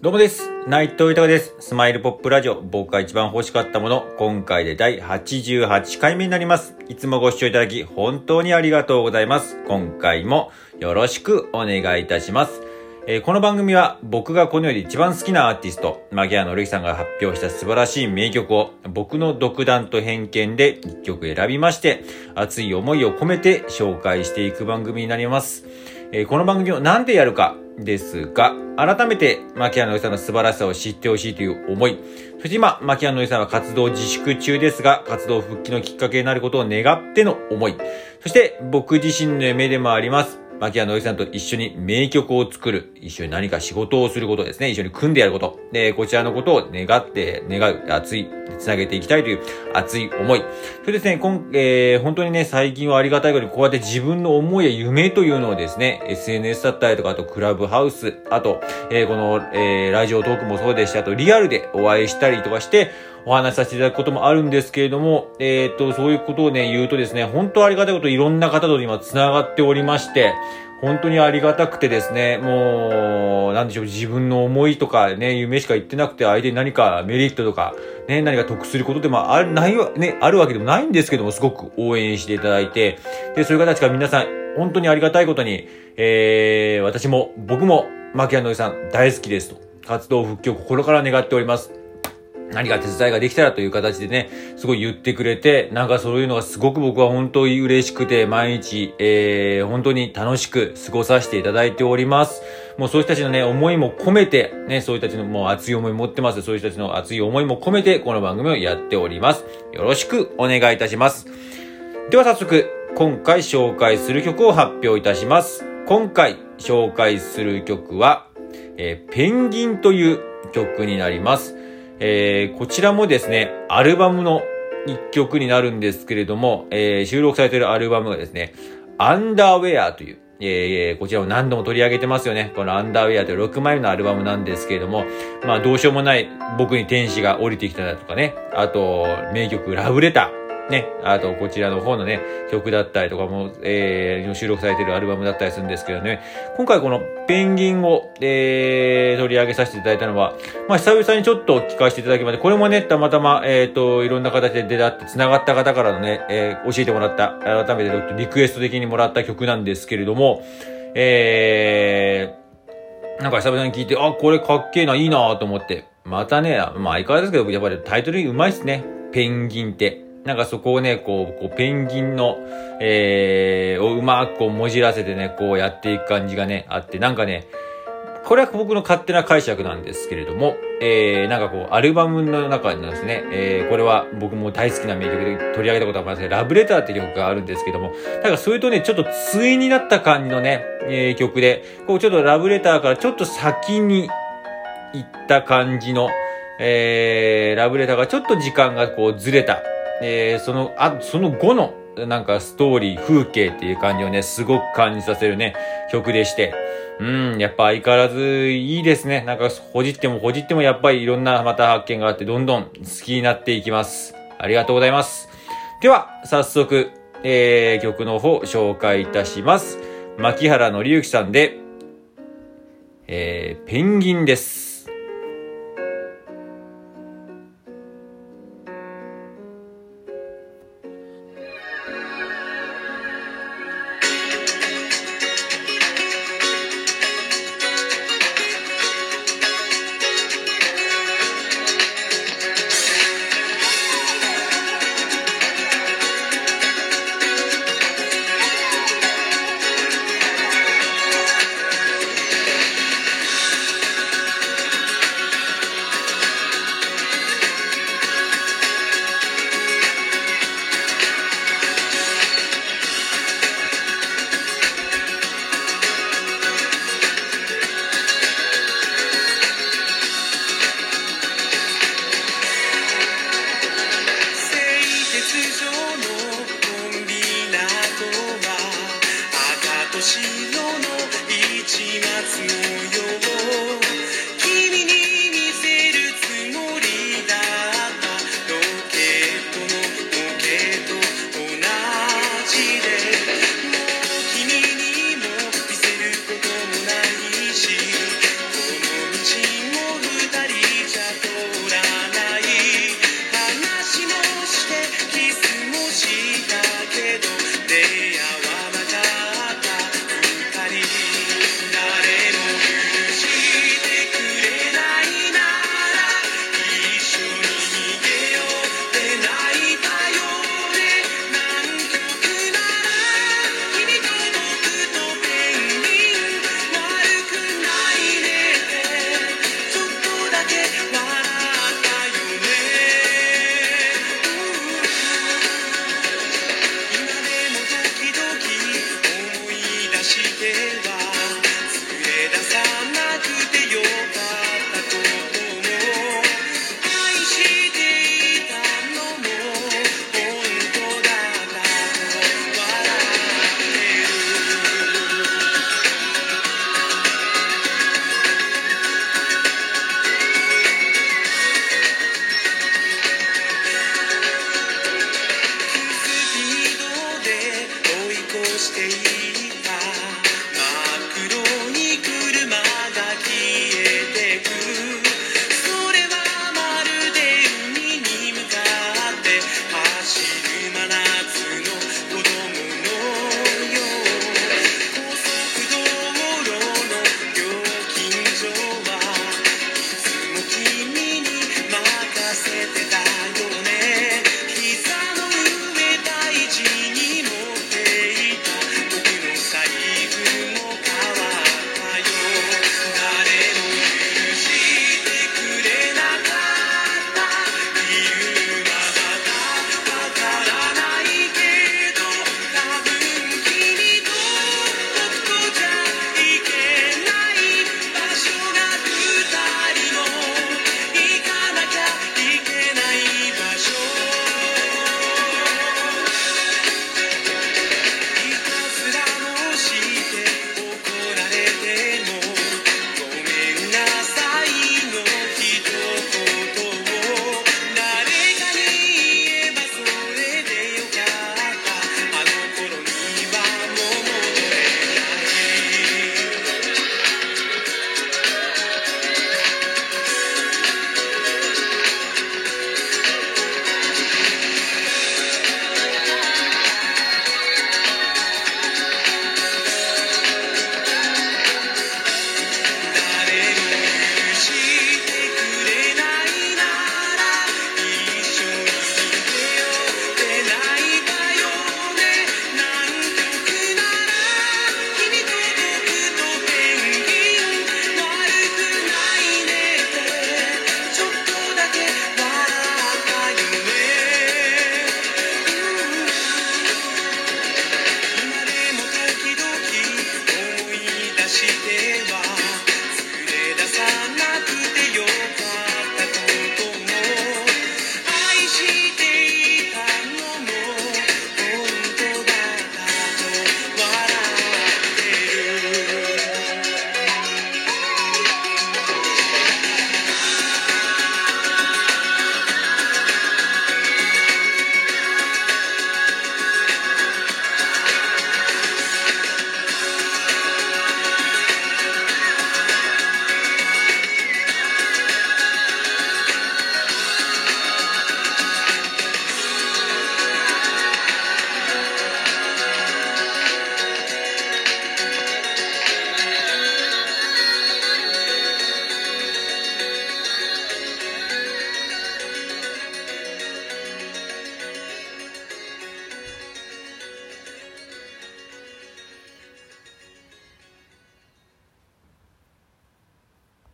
どうもです。内藤豊です。スマイルポップラジオ、僕が一番欲しかったもの、今回で第88回目になります。いつもご視聴いただき、本当にありがとうございます。今回もよろしくお願いいたします。この番組は僕がこの世で一番好きなアーティスト、牧原紀之さんが発表した素晴らしい名曲を僕の独断と偏見で一曲選びまして、熱い思いを込めて紹介していく番組になります。この番組をなんでやるかですが、改めて牧原紀之さんの素晴らしさを知ってほしいという思い、そして今牧原紀之さんは活動自粛中ですが、活動復帰のきっかけになることを願っての思い、そして僕自身の夢でもあります牧原紀之さんと一緒に名曲を作る、一緒に何か仕事をすることですね、一緒に組んでやること、こちらのことを願う、熱い、つなげていきたいという熱い思い。それですね、本当にね、最近はありがたいことにこうやって自分の思いや夢というのをですね、SNS だったりとか、あとクラブハウス、あと、この、ラジオトークもそうでした、あとリアルでお会いしたりとかして、お話しさせていただくこともあるんですけれども、そういうことをね、言うとですね、本当ありがたいこといろんな方と今繋がっておりまして、本当にありがたくてですね、もう、なんでしょう、自分の思いとかね、夢しか言ってなくて、相手に何かメリットとか、ね、何か得することでもあるわけでもないんですけども、すごく応援していただいて、で、そういう形から皆さん、本当にありがたいことに、僕も、牧原紀之さん大好きですと、活動復帰を心から願っております。何か手伝いができたらという形でね、すごい言ってくれて、なんかそういうのがすごく僕は本当に嬉しくて、毎日、本当に楽しく過ごさせていただいております。もうそういう人たちのね、思いも込めて、ね、そういう人たちのもう熱い思い持ってます。そういう人たちの熱い思いも込めて、この番組をやっております。よろしくお願いいたします。では早速、今回紹介する曲を発表いたします。今回紹介する曲は、ペンギンという曲になります。こちらもですね、アルバムの一曲になるんですけれども、収録されているアルバムがですね、アンダーウェアという、こちらを何度も取り上げてますよね。このアンダーウェアという6枚目のアルバムなんですけれども、まあどうしようもない僕に天使が降りてきただとかね、あと名曲ラブレター。ね、あとこちらの方のね、曲だったりとかも、収録されているアルバムだったりするんですけどね、今回このペンギンを、取り上げさせていただいたのは、まあ久々にちょっと聞かせていただきまして、これもね、たまたま、いろんな形で出会って繋がった方からのね、教えてもらった、改めてリクエスト的にもらった曲なんですけれども、なんか久々に聞いて、これかっけえな、いいなと思って、またね、まあ相変わらずですけど、やっぱりタイトルうまいっすね、ペンギンって。なんかそこをね、こうペンギンの、をうまくこうもじらせてね、こうやっていく感じがね、あって、なんかね、これは僕の勝手な解釈なんですけれども、なんかこう、アルバムの中にですね、これは僕も大好きな名曲で取り上げたことがありますけど、ラブレターっていう曲があるんですけども、なんかそれとね、ちょっと対になった感じのね、曲で、こうちょっとラブレターからちょっと先に行った感じの、ラブレターがちょっと時間がこうずれた、その後のなんかストーリー、風景っていう感じをね、すごく感じさせるね、曲でして。やっぱ相変わらずいいですね。なんかほじってもやっぱりいろんなまた発見があってどんどん好きになっていきます。ありがとうございます。では、早速、曲の方紹介いたします。牧原紀之さんで、ペンギンです。